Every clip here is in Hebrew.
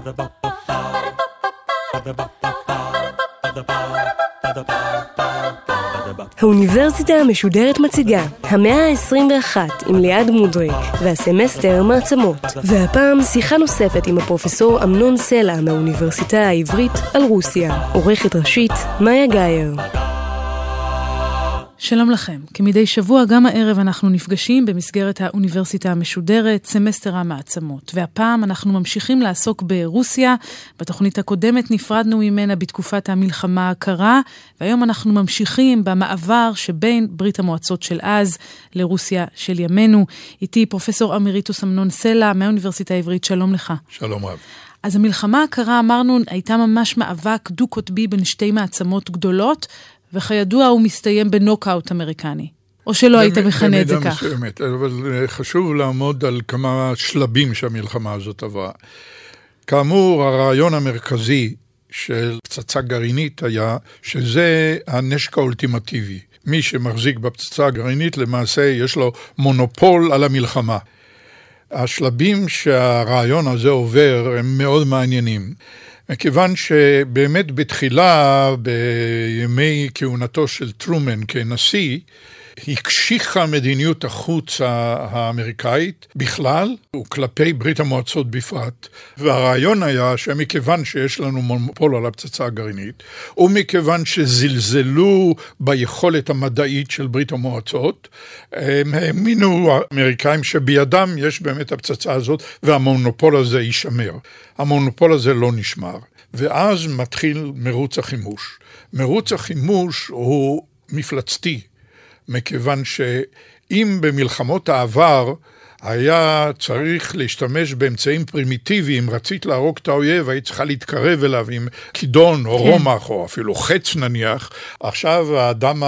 האוניברסיטה המשודרת מציגה המאה ה-21 עם ליעד מודריק והסמסטר מעצמות, והפעם שיחה נוספת עם הפרופסור אמנון סלע מהאוניברסיטה העברית על רוסיה. עורכת ראשית מאיה גייר. שלום לכם. כמדי שבוע גם הערב אנחנו נפגשים במסגרת האוניברסיטה המשודרת, סמסטר המעצמות. והפעם אנחנו ממשיכים לעסוק ברוסיה. בתוכנית הקודמת נפרדנו ממנה בתקופת המלחמה הקרה, והיום אנחנו ממשיכים במעבר שבין ברית המועצות של אז לרוסיה של ימינו. איתי פרופסור אמריטוס אמנון סלע מהאוניברסיטה העברית. שלום לך. שלום רב. אז המלחמה הקרה, אמרנו, הייתה ממש מאבק דו-קוטבי בין שתי מעצמות גדולות, וכידוע הוא מסתיים בנוקאוט אמריקני. או שלא היית מכנה את זה כך. מסוימת, אבל חשוב לעמוד על כמה שלבים שהמלחמה הזאת עברה. כאמור, הרעיון המרכזי של פצצה גרעינית היה שזה הנשק האולטימטיבי. מי שמחזיק בפצצה הגרעינית למעשה יש לו מונופול על המלחמה. השלבים שהרעיון הזה עובר הם מאוד מעניינים. מכיוון שבאמת בתחילה, בימי כהונתו של טרומן כנשיא, הקשיחה מדיניות החוץ האמריקאית בכלל, וכלפי ברית המועצות בפרט. והרעיון היה שמכיוון שיש לנו מונופול על הפצצה הגרעינית, ומכיוון שזלזלו ביכולת המדעית של ברית המועצות, הם האמינו האמריקאים שבידם יש באמת הפצצה הזאת, והמונופול הזה יישמר. המונופול הזה לא נשמר. ואז מתחיל מרוץ החימוש. מרוץ החימוש הוא מפלצתי. מכיוון שאם במלחמות העבר היה צריך להשתמש באמצעים פרימיטיביים, רצית להרוג את האויב, היית צריכה להתקרב אליו עם כידון או רומח או אפילו חץ נניח, עכשיו האדם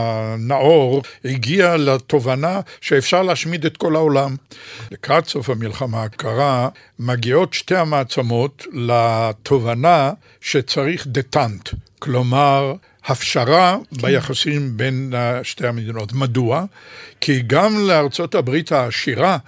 הנאור הגיע לתובנה שאפשר להשמיד את כל העולם. לקראת סוף המלחמה הקרה, מגיעות שתי המעצמות לתובנה שצריך דטנט, כלומר הפשרה ביחסים בין שתי המדינות. מדוע? כי גם לארצות הברית העשירה,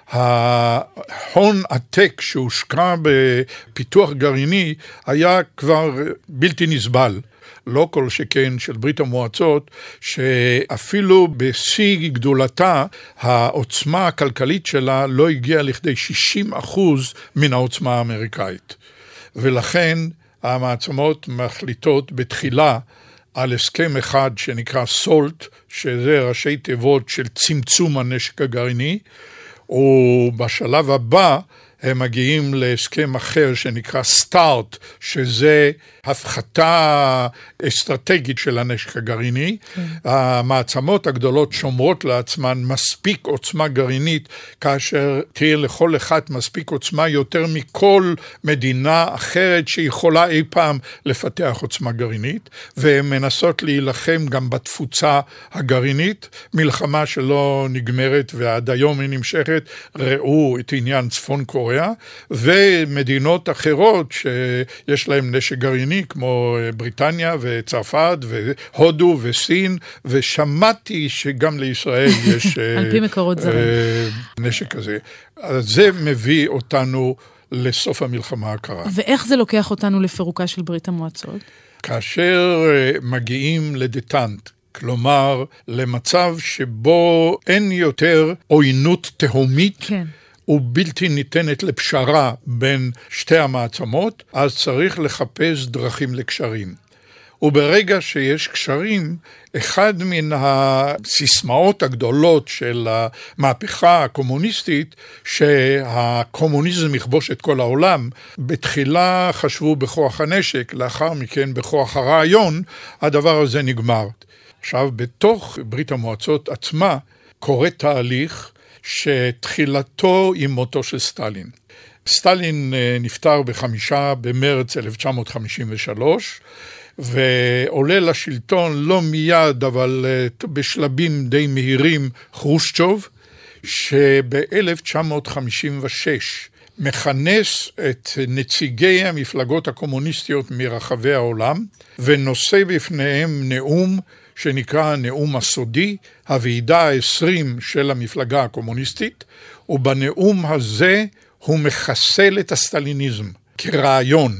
ההון עתק שהושקע בפיתוח גרעיני היה כבר בלתי נסבל. לא כל שכן של ברית המועצות, שאפילו בשיא גדולתה, העוצמה הכלכלית שלה לא הגיעה לכדי 60% מן העוצמה האמריקאית. ולכן המעצמות מחליטות בתחילה על הסכם אחד שנקרא סולט, שזה ראשי תיבות של צמצום הנשק הגרעיני, ובשלב הבא הם מגיעים להסכם אחר שנקרא סטארט, שזה הפחתה אסטרטגית של הנשק הגרעיני. המעצמות הגדולות שומרות לעצמן מספיק עוצמה גרעינית, כאשר תהיה לכל אחת מספיק עוצמה יותר מכל מדינה אחרת שיכולה אי פעם לפתח עוצמה גרעינית, והן מנסות להילחם גם בתפוצה הגרעינית, מלחמה שלא נגמרת ועד היום היא נמשכת. ראו את עניין צפון קוריאה, ומדינות אחרות שיש להם נשק גרעיני, כמו בריטניה וצרפת והודו וסין, ושמעתי שגם לישראל יש על פי מקורות זרים נשק כזה. אז זה מביא אותנו לסוף המלחמה הקרה. ואיך זה לוקח אותנו לפירוקה של ברית המועצות? כאשר מגיעים לדטנט, כלומר למצב שבו אין יותר עוינות תהומית, כן. ובלתי ניתנת לפשרה בין שתי המעצמות, אז צריך לחפש דרכים לקשרים. וברגע שיש קשרים, אחד מן הסיסמאות הגדולות של המהפכה הקומוניסטית, שהקומוניזם יכבוש את כל העולם, בתחילה חשבו בכוח הנשק, לאחר מכן בכוח הרעיון, הדבר הזה נגמר. עכשיו, בתוך ברית המועצות עצמה, קורה תהליך שתחילתו עם מותו של סטלין. סטלין נפטר ב5 במרץ 1953, ועולה לשלטון לא מיד, אבל בשלבים די מהירים, חרושצ'וב, שב-1956 מכנס את נציגי המפלגות הקומוניסטיות מרחבי העולם, ונושא בפניהם נאום שנקרא הנאום הסודי, הוועידה ה-20 של המפלגה הקומוניסטית, ובנאום הזה הוא מחסל את הסטליניזם. כרעיון,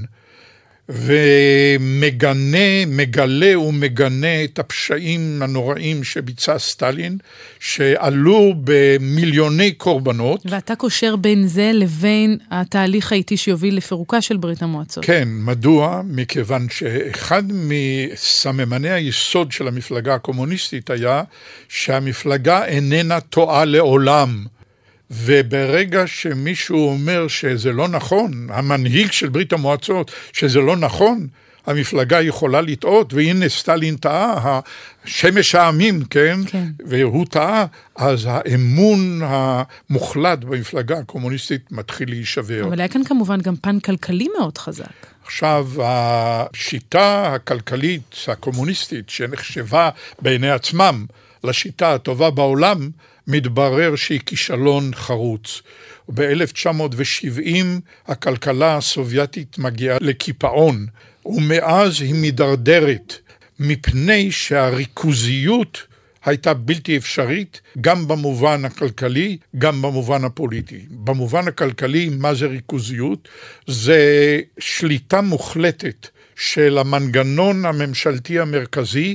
ומגלה ומגנה את הפשעים הנוראים שביצע סטלין, שעלו במיליוני קורבנות. ואתה קושר בין זה לבין התהליך האיטי שיוביל לפירוקה של ברית המועצות. כן, מדוע? מכיוון שאחד מסממני היסוד של המפלגה הקומוניסטית היה שהמפלגה איננה טועה לעולם. וברגע שמישהו אומר שזה לא נכון, המנהיג של ברית המועצות, שזה לא נכון, המפלגה יכולה לטעות, והנה סטלין טעה, השמש העמים, כן? כן. והוא טעה, אז האמון המוחלט במפלגה הקומוניסטית מתחיל להישבר. אבל היה כאן כמובן גם פן כלכלי מאוד חזק. עכשיו, השיטה הכלכלית הקומוניסטית, שנחשבה בעיני עצמם לשיטה הטובה בעולם, מתברר שהיא כישלון חרוץ. ב-1970 הכלכלה הסובייטית מגיעה לקיפאון, ומאז היא מדרדרת, מפני שהריכוזיות הייתה בלתי אפשרית, גם במובן הכלכלי, גם במובן הפוליטי. במובן הכלכלי, מה זה ריכוזיות? זה שליטה מוחלטת של המנגנון הממשלתי המרכזי,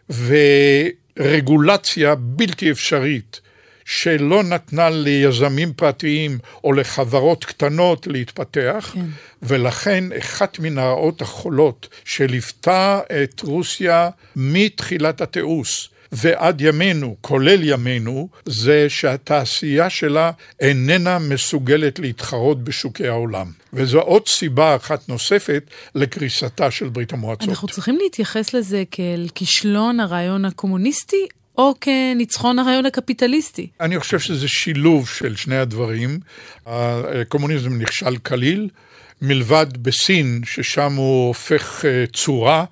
ורגולציה בלתי אפשרית, שלא נתנה ליזמים פרטיים או לחברות קטנות להתפתח, כן. ולכן אחת מן הרעות החולות שליוותה את רוסיה מתחילת התיעוש ועד ימינו, כולל ימינו, זה שהתעשייה שלה איננה מסוגלת להתחרות בשוקי העולם. וזו עוד סיבה אחת נוספת לקריסתה של ברית המועצות. אנחנו צריכים להתייחס לזה כאל כישלון הרעיון הקומוניסטי, או כניצחון הרעיון הקפיטליסטי? אני חושב שזה שילוב של שני הדברים. הקומוניזם נכשל כליל, מלבד בסין, ששם הוא הופך צורה,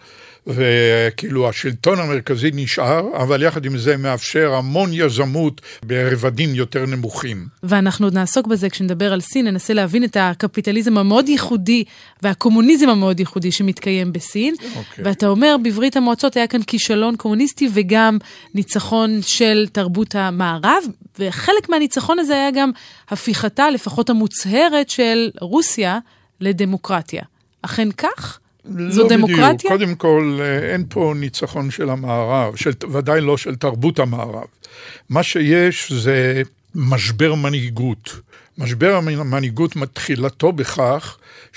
וכאילו השלטון המרכזי נשאר, אבל יחד עם זה מאפשר המון יזמות ברבדים יותר נמוכים. ואנחנו עוד נעסוק בזה כשנדבר על סין, ננסה להבין את הקפיטליזם המאוד ייחודי, והקומוניזם המאוד ייחודי שמתקיים בסין. ואתה אומר, בברית המועצות היה כאן כישלון קומוניסטי, וגם ניצחון של תרבות המערב, וחלק מהניצחון הזה היה גם הפיכתה, לפחות המוצהרת של רוסיה, לדמוקרטיה. אכן כך? זו דמוקרטיה? בדיוק. קודם כל, אין פה ניצחון של המערב, ודאי לא של תרבות המערב. מה שיש זה משבר מנהיגות. משבר המנהיגות מתחילתו בכך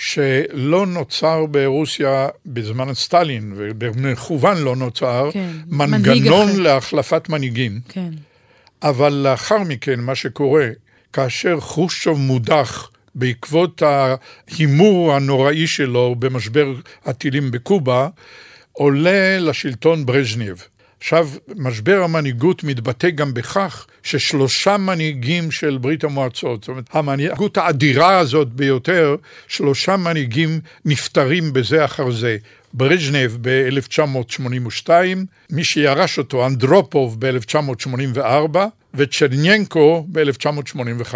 שלא נוצר ברוסיה בזמן סטלין, ובמכוון לא נוצר, כן. מנגנון להחלפת מנהיגים. כן. אבל לאחר מכן, מה שקורה, כאשר חרושצ'וב מודח, בעקבות ההימור הנוראי שלו במשבר הטילים בקובה, עולה לשלטון ברז'נייב. עכשיו, משבר המנהיגות מתבטא גם בכך ששלושה מנהיגים של ברית המועצות, זאת אומרת, המנהיגות האדירה הזאת ביותר, שלושה מנהיגים נפטרים בזה אחר זה. ברז'נייב ב-1982, מי שירש אותו, אנדרופוב ב-1984, וצ'רניאנקו ב-1985.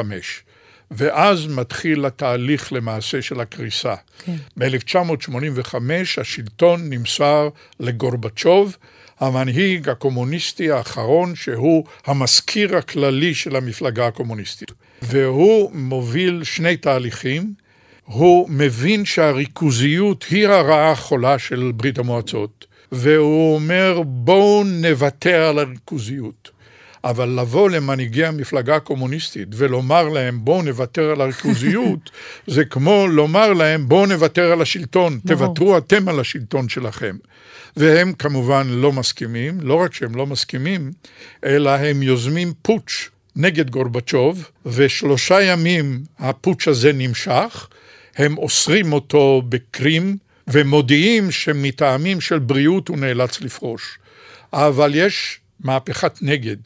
ואז מתחיל התהליך למעשה של הקריסה. כן. ב-1985 השלטון נמסר לגורבצ'וב, המנהיג הקומוניסטי האחרון, שהוא המזכיר הכללי של המפלגה הקומוניסטית. והוא מוביל שני תהליכים. הוא מבין שהריכוזיות היא הרעה החולה של ברית המועצות, והוא אומר בואו נוותר על הריכוזיות. אבל לבוא למנהיגי המפלגה הקומוניסטית ולומר להם בואו נוותר על הריכוזיות, זה כמו לומר להם בואו נוותר על השלטון, תוותרו אתם על השלטון שלכם. והם כמובן לא מסכימים, לא רק שהם לא מסכימים, אלא הם יוזמים פוטש נגד גורבצ'וב, ושלושה ימים הפוטש הזה נמשך, הם אוסרים אותו בקרים, ומודיעים שמטעמים של בריאות הוא נאלץ לפרוש. אבל יש מהפכת נגד,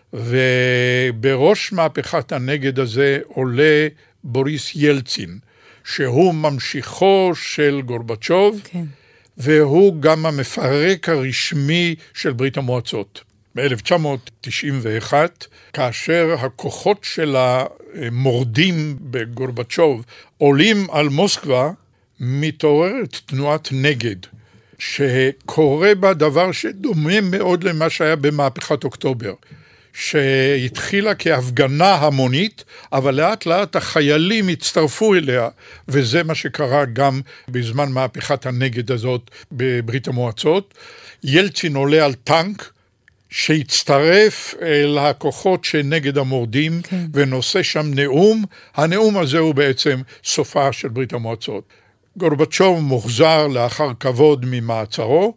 ובראש מהפכת הנגד הזה עולה בוריס ילצין, שהוא ממשיכו של גורבצ'וב, כן. והוא גם המפרק הרשמי של ברית המועצות. ב-1991, כאשר הכוחות של המורדים בגורבצ'וב עולים על מוסקבה, מתעוררת תנועת נגד, שקורה בה דבר שדומה מאוד למה שהיה במהפכת אוקטובר, שהתחילה כהפגנה המונית, אבל לאט לאט החיילים הצטרפו אליה, וזה מה שקרה גם בזמן מהפכת הנגד הזאת בברית המועצות. ילצין עולה על טנק, שהצטרף אל הכוחות שנגד המורדים, כן. ונושא שם נאום. הנאום הזה הוא בעצם סופה של ברית המועצות. גורבצ'וב מוחזר לאחר כבוד ממעצרו,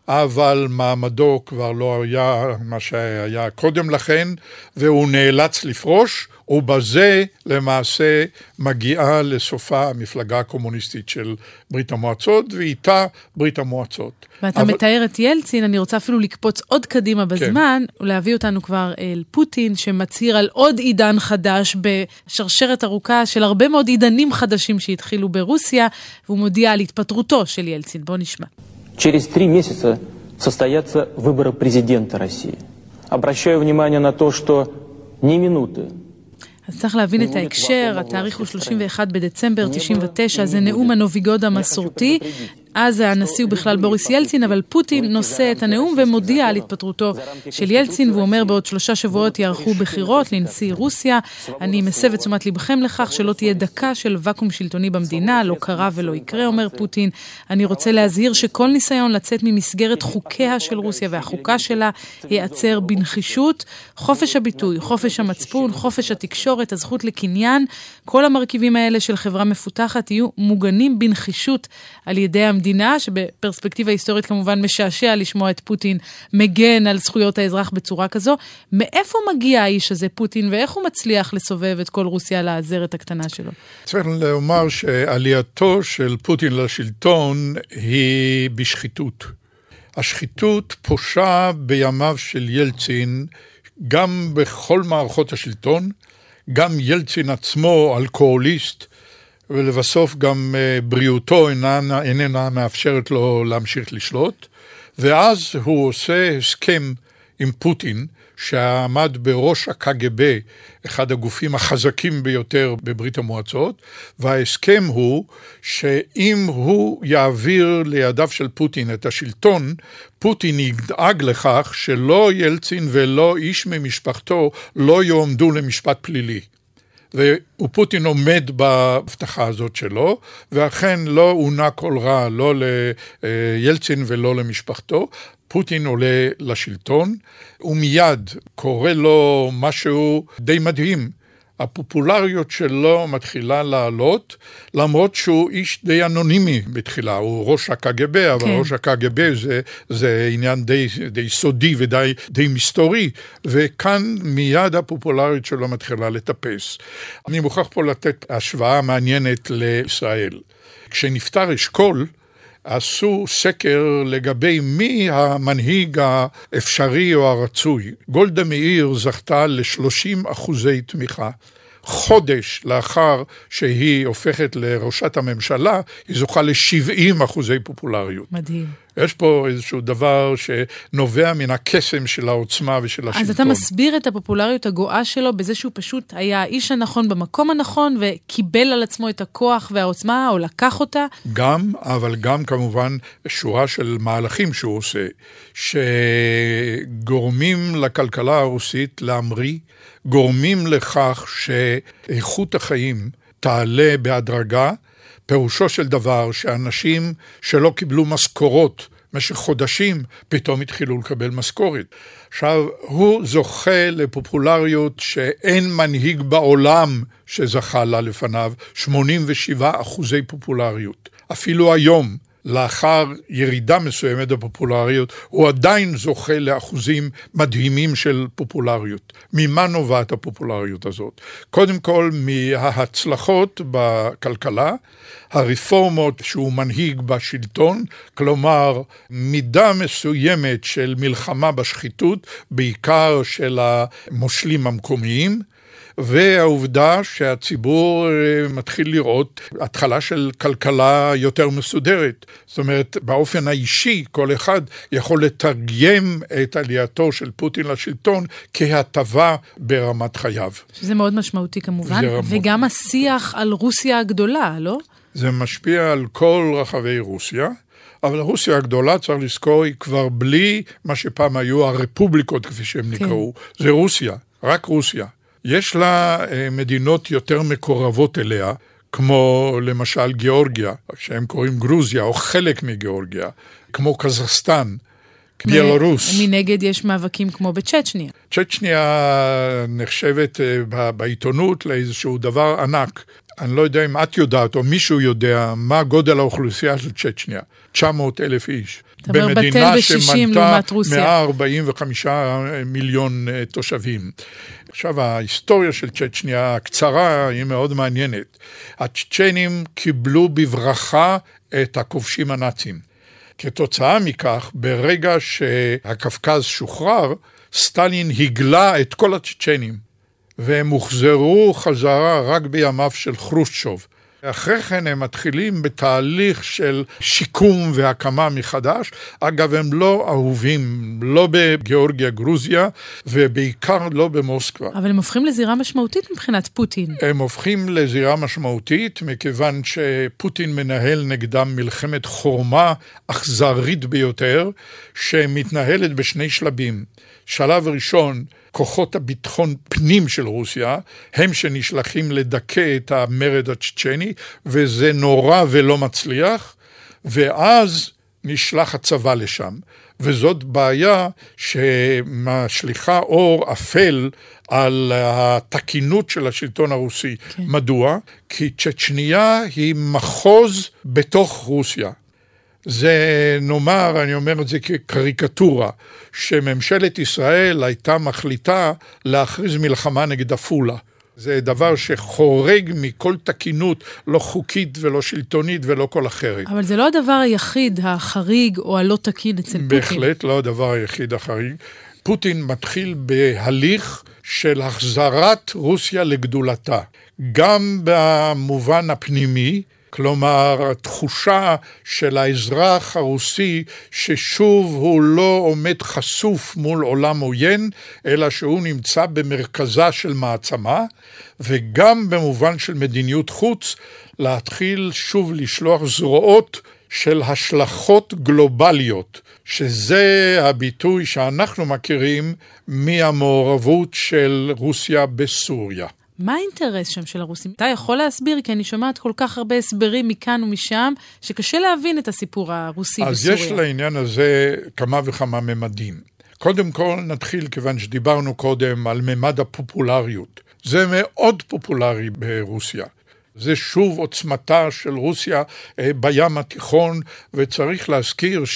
אבל מעמדו כבר לא היה מה שהיה קודם לכן, והוא נאלץ לפרוש, ובזה למעשה מגיעה לסופה המפלגה הקומוניסטית של ברית המועצות, ואיתה ברית המועצות. ואתה מתאר את ילצין, אני רוצה אפילו לקפוץ עוד קדימה בזמן, כן. ולהביא אותנו כבר אל פוטין, שמצהיר על עוד עידן חדש בשרשרת ארוכה של הרבה מאוד עידנים חדשים שהתחילו ברוסיה, והוא מודיע על התפטרותו של ילצין. בוא נשמע. Через 3 месяца состоятся выборы президента России. Обращаю внимание на то, что ни минуты. אז צריך להבין את ההקשר, התאריך הוא 31 בדצמבר 99, זה נאום הנוביגוד המסורתי, אז הנשיא הוא בכלל בוריס ילצין, אבל פוטין נושא את הנאום ומודיע על התפטרותו של ילצין, והוא אומר בעוד 3 שבועות יערכו בחירות לנשיא רוסיה, אני מסב את תשומת לבכם לכך שלא תהיה דקה של וקום שלטוני במדינה, לא קרה ולא יקרה, אומר פוטין, אני רוצה להזהיר שכל ניסיון לצאת ממסגרת חוקיה של רוסיה והחוקה שלה ייעצר בנחישות, חופש הביטוי, חופש המצפון, חופש התקשורת, הזכות לקניין, כל המרכיבים האלה של חברה מפותחת יהיו מוגנים בנחישות על ידי המדינה, שבפרספקטיבה היסטורית כמובן משעשע לשמוע את פוטין מגן על זכויות האזרח בצורה כזו. מאיפה מגיע האיש הזה פוטין, ואיך הוא מצליח לסובב את כל רוסיה לעזרת הקטנה שלו? צריך לומר שעלייתו של פוטין לשלטון היא בשחיתות. השחיתות פושה בימיו של ילצין, גם בכל מערכות השלטון, גם ילצין עצמו אלכוהוליסט, ולבסוף גם בריאותו איננה מאפשרת לו להמשיך לשלוט, ואז הוא עושה הסכם עם פוטין, שעמד בראש הקג"ב, אחד הגופים החזקים ביותר בברית המועצות, וההסכם הוא שאם הוא יעביר לידיו של פוטין את השלטון, פוטין ידאג לכך שלא ילצין ולא איש ממשפחתו לא יועמדו למשפט פלילי. ופוטין עומד בהבטחה הזאת שלו, ואכן לא עונה כל רע, לא לילצין ולא למשפחתו. פוטין עולה לשלטון, ומיד קורא לו משהו די מדהים. הפופולריות שלו מתחילה לעלות, למרות שהוא איש די אנונימי בתחילה, הוא ראש הקג"ב, אבל ראש הקג"ב זה עניין די סודי ודי מסתורי, וכאן מיד הפופולריות שלו מתחילה לטפס. אני מוכרח פה לתת השוואה מעניינת לישראל. כשנפטר אשכול, עשו סקר לגבי מי המנהיג האפשרי או הרצוי. גולדה מאיר זכתה ל30% תמיכה. חודש לאחר שהיא הופכת לראשת הממשלה, היא זוכה ל70% פופולריות. מדהים. יש פה איזשהו דבר שנובע מן הקסם של העוצמה ושל השלטון. אז אתה מסביר את הפופולריות הגואה שלו בזה שהוא פשוט היה האיש הנכון במקום הנכון, וקיבל על עצמו את הכוח והעוצמה, או לקח אותה? גם, אבל גם כמובן שורה של מהלכים שהוא עושה, שגורמים לכלכלה הרוסית להמריא, גורמים לכך שאיכות החיים תעלה בהדרגה, פירושו של דבר שאנשים שלא קיבלו משכורות במשך חודשים, פתאום התחילו לקבל משכורת. עכשיו, הוא זוכה לפופולריות שאין מנהיג בעולם שזכה לה לפניו, 87% פופולריות. אפילו היום, לאחר ירידה מסוימת בפופולריות, הוא עדיין זוכה לאחוזים מדהימים של פופולריות. ממה נובעת הפופולריות הזאת? קודם כל, מההצלחות בכלכלה, הרפורמות שהוא מנהיג בשלטון, כלומר, מידה מסוימת של מלחמה בשחיתות, בעיקר של המושלים המקומיים, והעובדה שהציבור מתחיל לראות התחלה של כלכלה יותר מסודרת. זאת אומרת, באופן האישי, כל אחד יכול לתרגם את עלייתו של פוטין לשלטון כהטבה ברמת חייו. שזה מאוד משמעותי כמובן, וגם השיח על רוסיה הגדולה, לא? זה משפיע על כל רחבי רוסיה, אבל רוסיה הגדולה, צריך לזכור, היא כבר בלי מה שפעם היו הרפובליקות, כפי שהם נקראו. זה רוסיה, רק רוסיה. יש לה מדינות יותר מקורבות אליה, כמו למשל גיאורגיה, שהם קוראים גרוזיה, או חלק מגיאורגיה, כמו קזחסטן, בלרוס. מנגד יש מאבקים כמו בצ'צ'ניה. צ'צ'ניה נחשבת בעיתונות לאיזשהו דבר ענק. אני לא יודע אם את יודעת או מישהו יודע מה גודל האוכלוסייה של צ'צ'ניה. 900,000 איש. במדינה שמנתה 145 מיליון תושבים. עכשיו, ההיסטוריה של צ'צ'ניה הקצרה היא מאוד מעניינת. הצ'צ'נים קיבלו בברכה את הכובשים הנאצים. כתוצאה מכך, ברגע שהקווקז שוחרר, סטלין הגלה את כל הצ'צ'נים, והם הוחזרו חזרה רק בימיו של חרושצ'וב. אחרי כן הם מתחילים בתהליך של שיקום והקמה מחדש. אגב, הם לא אהובים, לא בגיאורגיה, גרוזיה, ובעיקר לא במוסקבה. אבל הם הופכים לזירה משמעותית מבחינת פוטין. הם הופכים לזירה משמעותית, מכיוון שפוטין מנהל נגדם מלחמת חורמה אכזרית ביותר, שמתנהלת בשני שלבים. שלב ראשון, כוחות הביטחון פנים של רוסיה, הם שנשלחים לדכא את המרד הצ'צ'ני, וזה נורא ולא מצליח, ואז נשלח הצבא לשם. וזאת בעיה שמשליחה אור אפל על התקינות של השלטון הרוסי. כן. מדוע? כי צ'צ'ניה היא מחוז בתוך רוסיה. זה נאמר, אני אומר את זה כקריקטורה, שממשלת ישראל הייתה מחליטה להכריז מלחמה נגד עפולה. זה דבר שחורג מכל תקינות, לא חוקית ולא שלטונית ולא כל אחרת. אבל זה לא הדבר היחיד, החריג או הלא תקין אצל פוטין. בהחלט לא הדבר היחיד החריג. פוטין מתחיל בהליך של החזרת רוסיה לגדולתה. גם במובן הפנימי, כלומר, התחושה של האזרח הרוסי ששוב הוא לא עומד חשוף מול עולם עוין, אלא שהוא נמצא במרכזה של מעצמה, וגם במובן של מדיניות חוץ, להתחיל שוב לשלוח זרועות של השלכות גלובליות, שזה הביטוי שאנחנו מכירים מהמעורבות של רוסיה בסוריה. מה האינטרס שם של הרוסים? אתה יכול להסביר? כי אני שומעת כל כך הרבה הסברים מכאן ומשם, שקשה להבין את הסיפור הרוסי בסוריה. אז יש לעניין הזה כמה וכמה ממדים. קודם כל נתחיל, כיוון שדיברנו קודם על ממד הפופולריות. זה מאוד פופולרי ברוסיה. זה שוב עוצמתה של רוסיה בים התיכון, וצריך להזכיר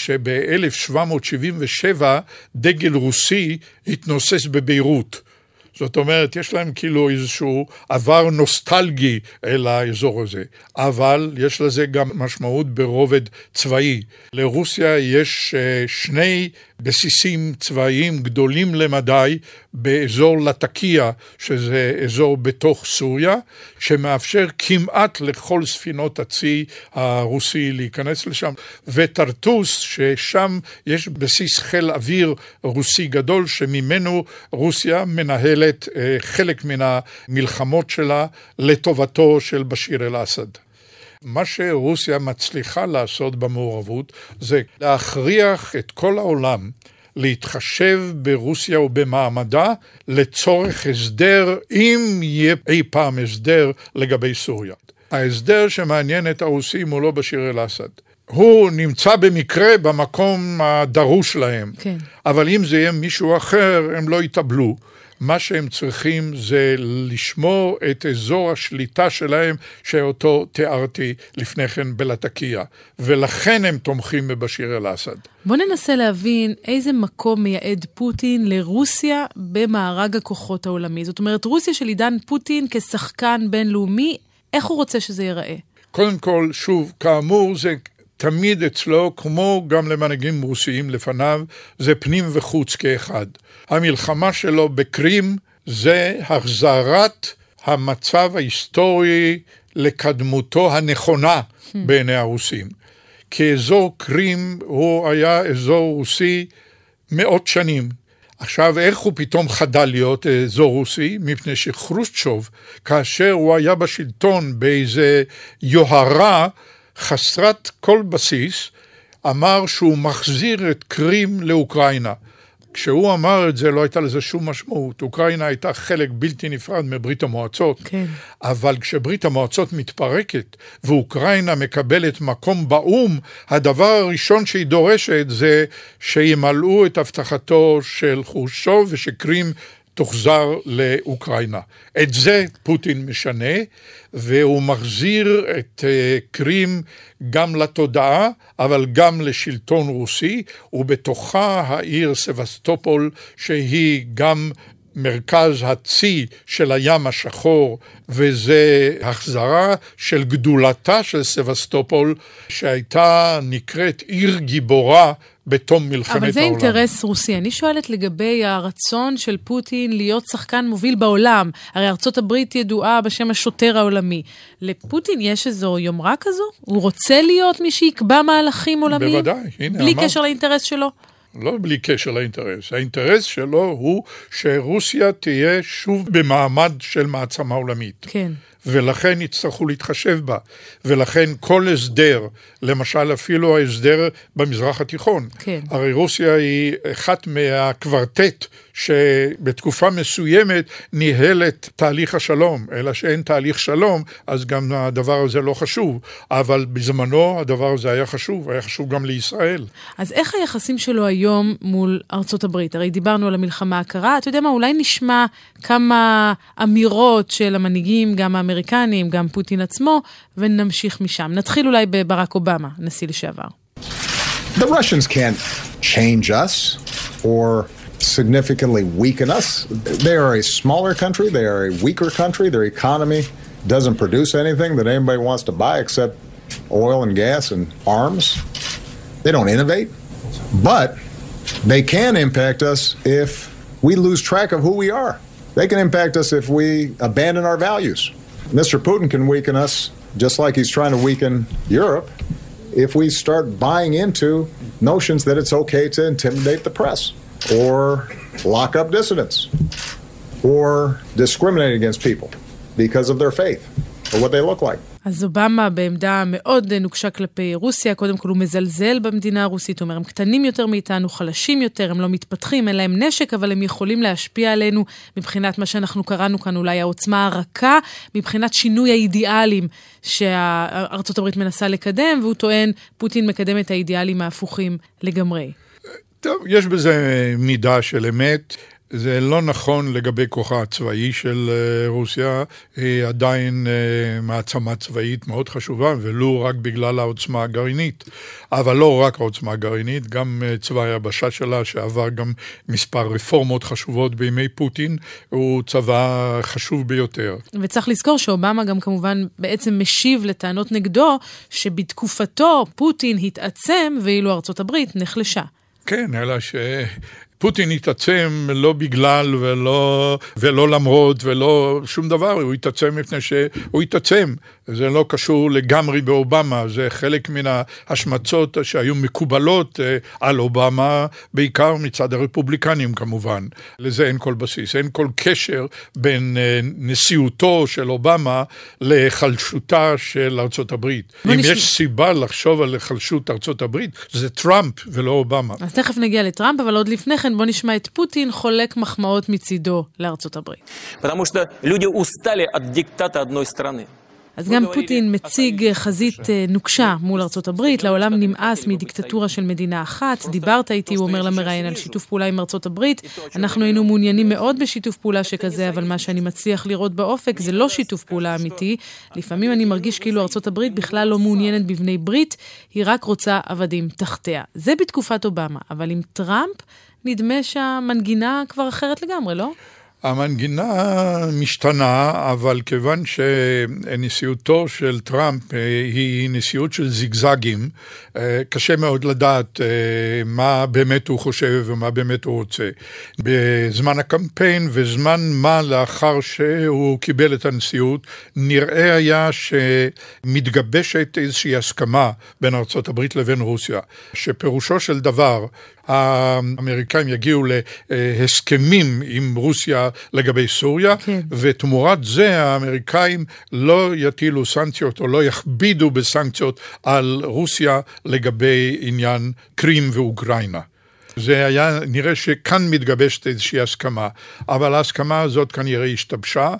שב-1777 דגל רוסי התנוסס בביירות. זאת אומרת, יש להם כאילו איזשהו עבר נוסטלגי אל האזור הזה, אבל יש לזה גם משמעות ברובד צבאי. לרוסיה יש שני בסיסים צבאיים גדולים למדי באזור לטקיה, שזה אזור בתוך סוריה, שמאפשר כמעט לכל ספינות הצי הרוסי להיכנס לשם, וטרטוס, ששם יש בסיס חיל אוויר רוסי גדול, שממנו רוסיה מנהלת חלק מן המלחמות שלה לטובתו של בשיר אל-אסד. מה שרוסיה מצליחה לעשות במעורבות זה להכריח את כל העולם להתחשב ברוסיה ובמעמדה לצורך הסדר, אם יהיה אי פעם הסדר לגבי סוריה. ההסדר שמעניין את הרוסים הוא לא בשיר אל-אסד. הוא נמצא במקרה במקום הדרוש להם. כן. אבל אם זה יהיה מישהו אחר, הם לא יתאבלו. מה שהם צריכים זה לשמור את אזור השליטה שלהם, שאותו תיארתי לפני כן בלטקיה. ולכן הם תומכים בבשיר אל-אסד. בוא ננסה להבין איזה מקום מייעד פוטין לרוסיה במארג הכוחות העולמי. זאת אומרת, רוסיה של עידן פוטין כשחקן בינלאומי, איך הוא רוצה שזה ייראה? קודם כל, שוב, כאמור, זה תמיד אצלו, כמו גם למנהיגים רוסיים לפניו, זה פנים וחוץ כאחד. המלחמה שלו בקרים זה החזרת המצב ההיסטורי לקדמותו הנכונה בעיני הרוסים. כי אזור קרים הוא היה אזור רוסי מאות שנים, עכשיו, איך הוא פתאום חדל להיות אזור רוסי? מפני שחרושצ'וב, כאשר הוא היה בשלטון באיזה יוהרה חסרת כל בסיס, אמר שהוא מחזיר את קרים לאוקראינה. כשהוא אמר את זה, לא הייתה לזה שום משמעות. אוקראינה הייתה חלק בלתי נפרד מברית המועצות. כן. אבל כשברית המועצות מתפרקת, ואוקראינה מקבלת מקום באום, הדבר הראשון שהיא דורשת זה שימלאו את הבטחתו של חרושצ'וב, ושקרים תוחזר לאוקראינה. את זה פוטין משנה, והוא מחזיר את קרים גם לתודעה, אבל גם לשלטון רוסי, ובתוכה העיר סבסטופול, שהיא גם מרכז הצי של הים השחור, וזה החזרה של גדולתה של סבסטופול, שהייתה נקראת עיר גיבורה בתום מלחמת העולם. אבל זה אינטרס רוסי. אני שואלת לגבי הרצון של פוטין להיות שחקן מוביל בעולם. הרי ארצות הברית ידועה בשם השוטר העולמי. לפוטין יש איזו יומרה כזו? הוא רוצה להיות מי שיקבע מהלכים עולמיים? בוודאי. הנה, בלי קשר לאינטרס שלו? לא בלי קשר לאינטרס. האינטרס שלו הוא שרוסיה תהיה שוב במעמד של מעצמה עולמית. כן. ולכן יצטרכו להתחשב בה. ולכן כל הסדר, למשל אפילו ההסדר במזרח התיכון. כן. הרי רוסיה היא אחת מהקוורטט שבתקופה מסוימת ניהלת תהליך השלום, אלא שאין תהליך שלום, אז גם הדבר הזה לא חשוב. אבל בזמנו הדבר הזה היה חשוב גם לישראל. אז איך היחסים שלו היום מול ארצות הברית? הרי דיברנו על המלחמה הקרה, אתה יודע מה, אולי נשמע כמה אמירות של המנהיגים, גם האמריקנים, גם פוטין עצמו, ונמשיך משם. נתחיל אולי בברק אובמה, נשיא לשעבר. The Russians can't change us or significantly weaken us. They are a smaller country, they are a weaker country, their economy doesn't produce anything that anybody wants to buy except oil and gas and arms. They don't innovate, but they can impact us if we lose track of who we are. They can impact us if we abandon our values. Mr. Putin can weaken us just like he's trying to weaken Europe if we start buying into notions that it's okay to intimidate the press or lock up dissidents or discriminate against people because of their faith or what they look like. אז אובמה בעמדה מאוד נוקשה כלפי רוסיה, קודם כל הוא מזלזל במדינה הרוסית, הוא אומר, הם קטנים יותר מאיתנו, חלשים יותר, הם לא מתפתחים, אין להם נשק, אבל הם יכולים להשפיע עלינו מבחינת מה שאנחנו קראנו כאן, אולי העוצמה הרכה, מבחינת שינוי האידיאלים שארצות הברית מנסה לקדם, והוא טוען, פוטין מקדם את האידיאלים ההפוכים לגמרי. טוב, יש בזה מידה של אמת. זה לא נכון לגבי כוחה הצבאי של רוסיה, היא עדיין מעצמה צבאית מאוד חשובה, ולא רק בגלל העוצמה הגרעינית. אבל לא רק העוצמה הגרעינית, גם צבא היבשה שלה, שעבר גם מספר רפורמות חשובות בימי פוטין, הוא צבא חשוב ביותר. וצריך לזכור שאובמה גם כמובן בעצם משיב לטענות נגדו, שבתקופתו פוטין התעצם, ואילו ארצות הברית נחלשה. כן, אלא פוטין התעצם לא בגלל ולא למרות ולא שום דבר, הוא התעצם מפני שהוא התעצם. זה לא קשור לגמרי באובמה, זה חלק מן ההשמצות שהיו מקובלות על אובמה, בעיקר מצד הרפובליקנים כמובן. לזה אין כל בסיס, אין כל קשר בין נשיאותו של אובמה לחלשותה של ארצות הברית. אם יש סיבה לחשוב על חלשות ארצות הברית, זה טראמפ ולא אובמה. אז תכף נגיע לטראמפ, אבל עוד לפני כן בוא נשמע את פוטין חולק מחמאות מצידו לארצות הברית. Потому что люди устали от диктата одной страны. אז גם פוטין מציג חזית נוקשה מול ארצות הברית, לעולם נמאס מדיקטטורה של מדינה אחת, דיברת איתי, הוא אומר למראיין, על שיתוף פעולה עם ארצות הברית, אנחנו היינו מעוניינים מאוד בשיתוף פעולה שכזה, אבל מה שאני מצליח לראות באופק זה לא שיתוף פעולה אמיתי, לפעמים אני מרגיש כאילו ארצות הברית בכלל לא מעוניינת בבני ברית, היא רק רוצה עבדים תחתיה. זה בתקופת אובמה, אבל עם טראמפ נדמה שהמנגינה כבר אחרת לגמרי, לא? המנגינה משתנה, אבל כיוון שנשיאותו של טראמפ היא נשיאות של זיגזגים, קשה מאוד לדעת מה באמת הוא חושב ומה באמת הוא רוצה. בזמן הקמפיין וזמן מה לאחר שהוא קיבל את הנשיאות, נראה היה שמתגבשת איזושהי הסכמה בין ארצות הברית לבין רוסיה, שפירושו של דבר, האמריקאים יגיעו להסכמים עם רוסיה לגבי סוריה, כן. ותמורת זה האמריקאים לא יטילו סנקציות או לא יכבידו בסנקציות על רוסיה לגבי עניין קרים ואוקראינה. זה היה נראה שכאן מתגבשת איזושהי הסכמה, אבל ההסכמה הזאת כנראה השתבשה,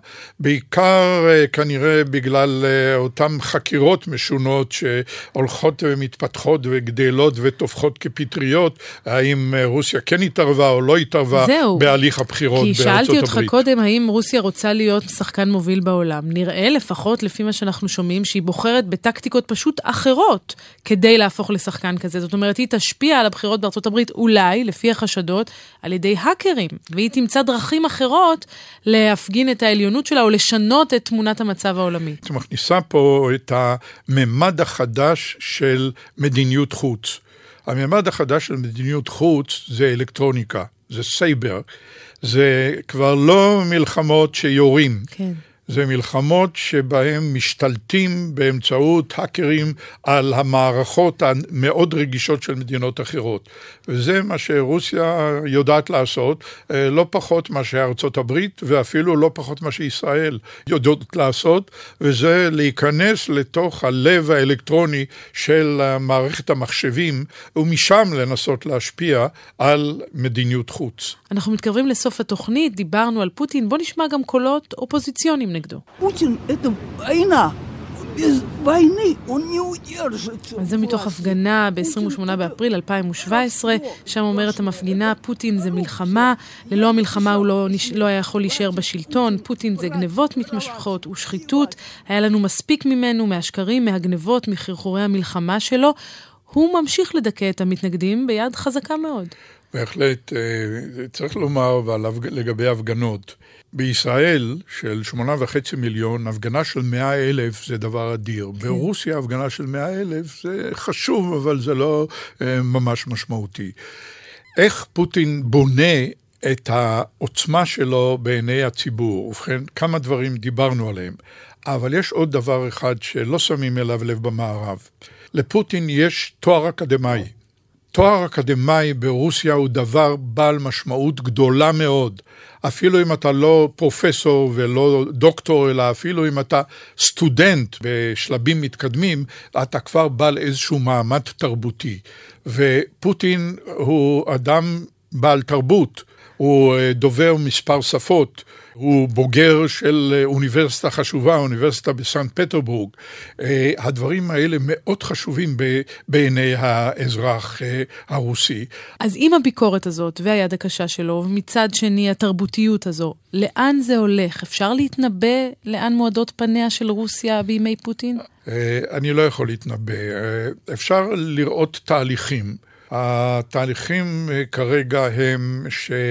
בעיקר כנראה בגלל אותן חקירות משונות שהולכות ומתפתחות וגדלות ותופחות כפטריות, האם רוסיה כן התערבה או לא התערבה בהליך הבחירות בארצות הברית. כי שאלתי אותך קודם, האם רוסיה רוצה להיות שחקן מוביל בעולם? נראה לפחות לפי מה שאנחנו שומעים שהיא בוחרת בטקטיקות פשוט אחרות כדי להפוך לשחקן כזה. זאת אומרת, היא תשפיע על הבחירות בארצות הברית אולי, לפי החשדות, על ידי האקרים, והיא תמצא דרכים אחרות להפגין את העליונות שלה, או לשנות את תמונת המצב העולמית. את מכניסה פה את הממד החדש של מדיניות חוץ. הממד החדש של מדיניות חוץ זה אלקטרוניקה, זה סייבר, זה כבר לא מלחמות שיורים. כן. זה מלחמות שבהם משתלטים באמצעות האקרים על המערכות המאוד רגישות של מדינות אחרות. וזה מה שרוסיה יודעת לעשות, לא פחות מה שארצות הברית, ואפילו לא פחות מה שישראל יודעת לעשות, וזה להיכנס לתוך הלב האלקטרוני של מערכת המחשבים, ומשם לנסות להשפיע על מדיניות חוץ. אנחנו מתקרבים לסוף התוכנית, דיברנו על פוטין, בוא נשמע גם קולות אופוזיציונים נגדו. פוטין, это война. без войны он не удержится. זה מתוך הפגנה ב-28 באפריל 2017, שם אומרת המפגינה, פוטין זה מלחמה, ללא המלחמה הוא לא היה יכול להישאר בשלטון, פוטין זה גנבות מתמשכות ושחיתות, היה לנו מספיק ממנו, מהשקרים, מהגנבות, מחרחורי המלחמה שלו, הוא ממשיך לדכא את המתנגדים ביד חזקה מאוד. בהחלט, צריך לומר לגבי הפגנות. בישראל של 8.5 מיליון, הפגנה של 100,000 זה דבר אדיר. כן. ברוסיה הפגנה של 100,000 זה חשוב, אבל זה לא ממש משמעותי. איך פוטין בונה את העוצמה שלו בעיני הציבור? ובכן, כמה דברים דיברנו עליהם. אבל יש עוד דבר אחד שלא שמים אליו לב במערב. לפוטין יש תואר אקדמי. תואר אקדמי ברוסיה הוא דבר בעל משמעות גדולה מאוד. אפילו אם אתה לא פרופסור ולא דוקטור, אלא אפילו אם אתה סטודנט בשלבים מתקדמים, אתה כבר בעל איזשהו מעמד תרבותי. ופוטין הוא אדם בעל תרבות, הוא דובר מספר שפות, הוא בוגר של אוניברסיטה חשובה, אוניברסיטה בסנט פטרבורג. הדברים האלה מאוד חשובים בעיני האזרח הרוסי. אז עם הביקורת הזאת והיד הקשה שלו, ומצד שני התרבותיות הזו, לאן זה הולך? אפשר להתנבא לאן מועדות פניה של רוסיה בימי פוטין? אני לא יכול להתנבא. אפשר לראות תהליכים. התהליכים כרגע הם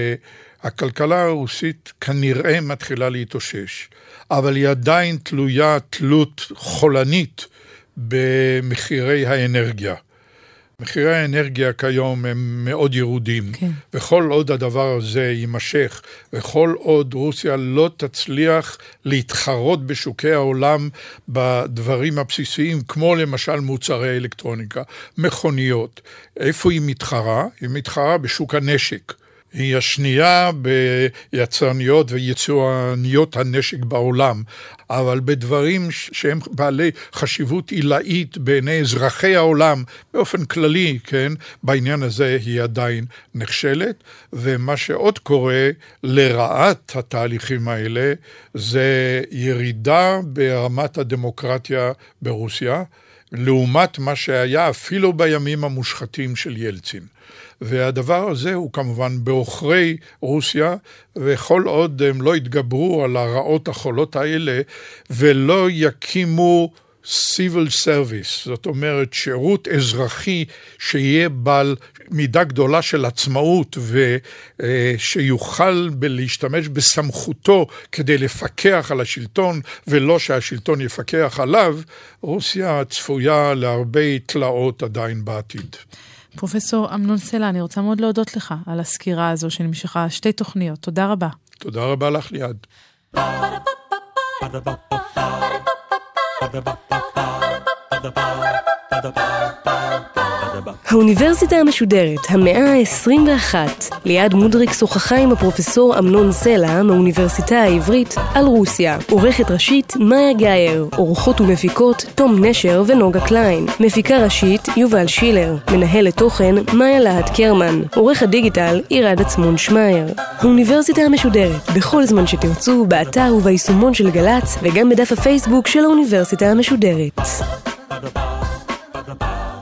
שהכלכלה הרוסית כנראה מתחילה להתאושש, אבל היא עדיין תלויה תלות חולנית במחירי האנרגיה. מחירי האנרגיה כיום הם מאוד ירודים, כן. וכל עוד הדבר הזה יימשך, וכל עוד רוסיה לא תצליח להתחרות בשוקי העולם בדברים הבסיסיים, כמו למשל מוצרי אלקטרוניקה, מכוניות. איפה היא מתחרה? היא מתחרה בשוק הנשק. היא השנייה ביצרניות ויצואניות הנשק בעולם, אבל בדברים שהם בעלי חשיבות עילאית בעיני אזרחי העולם, באופן כללי, כן, בעניין הזה היא עדיין נכשלת, ומה שעוד קורה לרעת התהליכים האלה, זה ירידה ברמת הדמוקרטיה ברוסיה, לעומת מה שהיה אפילו בימים המושחתים של ילצין. והדבר הזה הוא כמובן באוכרי רוסיה, וכל עוד הם לא יתגברו על הרעות החולות האלה, ולא יקימו civil service, זאת אומרת שירות אזרחי שיהיה בעל מידה גדולה של עצמאות ושיוכל להשתמש בסמכותו כדי לפקח על השלטון ולא שהשלטון יפקח עליו, רוסיה צפויה להרבה תלאות עדיין בעתיד. פרופסור אמנון סלע, אני רוצה מאוד להודות לך על הסקירה הזו שנמשכה 2 תוכניות. תודה רבה. תודה רבה לך ליעד. האוניברסיטה המשודרת, המאה ה-21. ליעד מודריק שוחחה עם הפרופסור אמנון סלע מהאוניברסיטה העברית על רוסיה. עורכת ראשית מאיה גייר, עורכות ומפיקות תום נשר ונוגה קליין. מפיקה ראשית יובל שילר. מנהלת תוכן מאיה להט קרמן. עורך הדיגיטל עירד עצמון שמייר. האוניברסיטה המשודרת, בכל זמן שתרצו, באתר וביישומון של גלץ וגם בדף הפייסבוק של האוניברסיטה המשודרת.